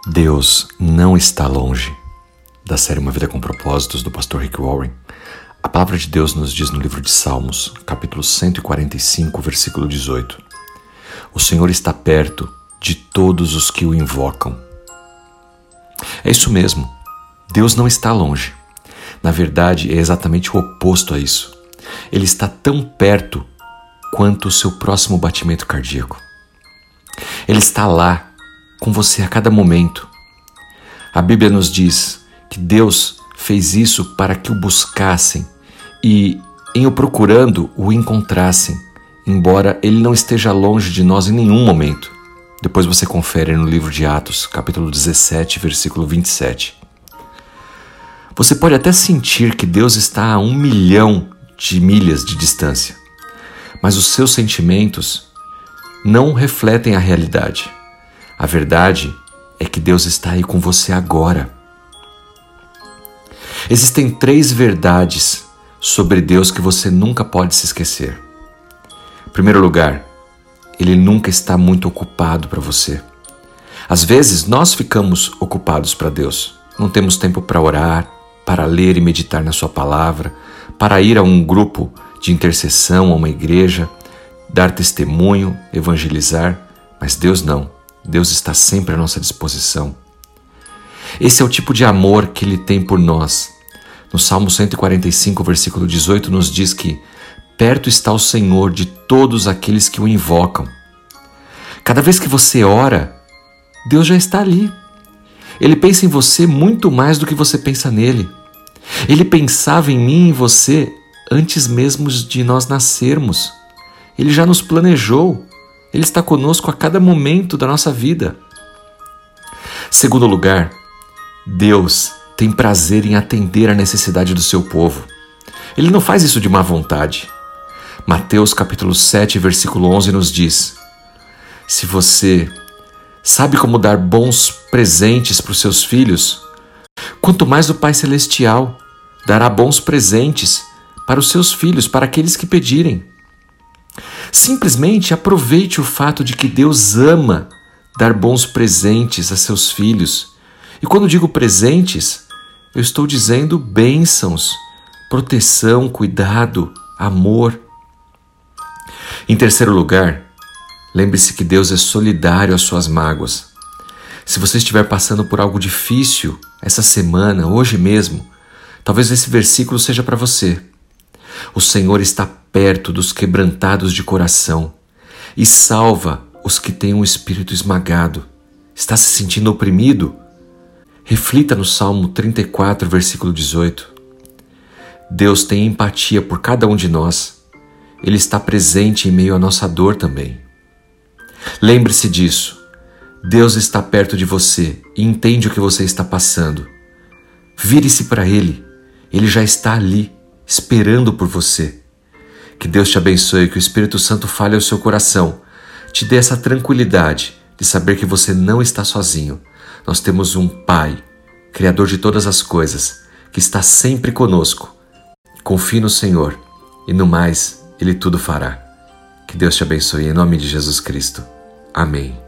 Deus não está longe. Da série Uma Vida com Propósitos, do pastor Rick Warren. A palavra de Deus nos diz no livro de Salmos, capítulo 145, versículo 18. O Senhor está perto de todos os que o invocam. É isso mesmo. Deus não está longe. Na verdade, é exatamente o oposto a isso. Ele está tão perto quanto o seu próximo batimento cardíaco. Ele está lá, com você a cada momento. A Bíblia nos diz que Deus fez isso para que o buscassem e, em o procurando, o encontrassem, embora Ele não esteja longe de nós em nenhum momento. Depois você confere no livro de Atos, capítulo 17, versículo 27. Você pode até sentir que Deus está a 1 milhão de milhas de distância, mas os seus sentimentos não refletem a realidade. A verdade é que Deus está aí com você agora. Existem 3 verdades sobre Deus que você nunca pode se esquecer. Em primeiro lugar, Ele nunca está muito ocupado para você. Às vezes, nós ficamos ocupados para Deus. Não temos tempo para orar, para ler e meditar na Sua palavra, para ir a um grupo de intercessão, a uma igreja, dar testemunho, evangelizar. Mas Deus não. Deus está sempre à nossa disposição. Esse é o tipo de amor que Ele tem por nós. No Salmo 145, versículo 18, nos diz que perto está o Senhor de todos aqueles que o invocam. Cada vez que você ora, Deus já está ali. Ele pensa em você muito mais do que você pensa nele. Ele pensava em mim e em você antes mesmo de nós nascermos. Ele já nos planejou. Ele está conosco a cada momento da nossa vida. Segundo lugar, Deus tem prazer em atender a necessidade do seu povo. Ele não faz isso de má vontade. Mateus capítulo 7, versículo 11 nos diz: se você sabe como dar bons presentes para os seus filhos, quanto mais o Pai Celestial dará bons presentes para os seus filhos, para aqueles que pedirem. Simplesmente aproveite o fato de que Deus ama dar bons presentes a seus filhos. E quando digo presentes, eu estou dizendo bênçãos, proteção, cuidado, amor. Em terceiro lugar, lembre-se que Deus é solidário às suas mágoas. Se você estiver passando por algo difícil essa semana, hoje mesmo, talvez esse versículo seja para você. O Senhor está perto dos quebrantados de coração e salva os que têm um espírito esmagado. Está se sentindo oprimido? Reflita no Salmo 34, versículo 18. Deus tem empatia por cada um de nós. Ele está presente em meio à nossa dor também. Lembre-se disso. Deus está perto de você e entende o que você está passando. Vire-se para Ele. Ele já está ali, esperando por você. Que Deus te abençoe, que o Espírito Santo fale ao seu coração. Te dê essa tranquilidade de saber que você não está sozinho. Nós temos um Pai, Criador de todas as coisas, que está sempre conosco. Confie no Senhor e no mais, Ele tudo fará. Que Deus te abençoe em nome de Jesus Cristo. Amém.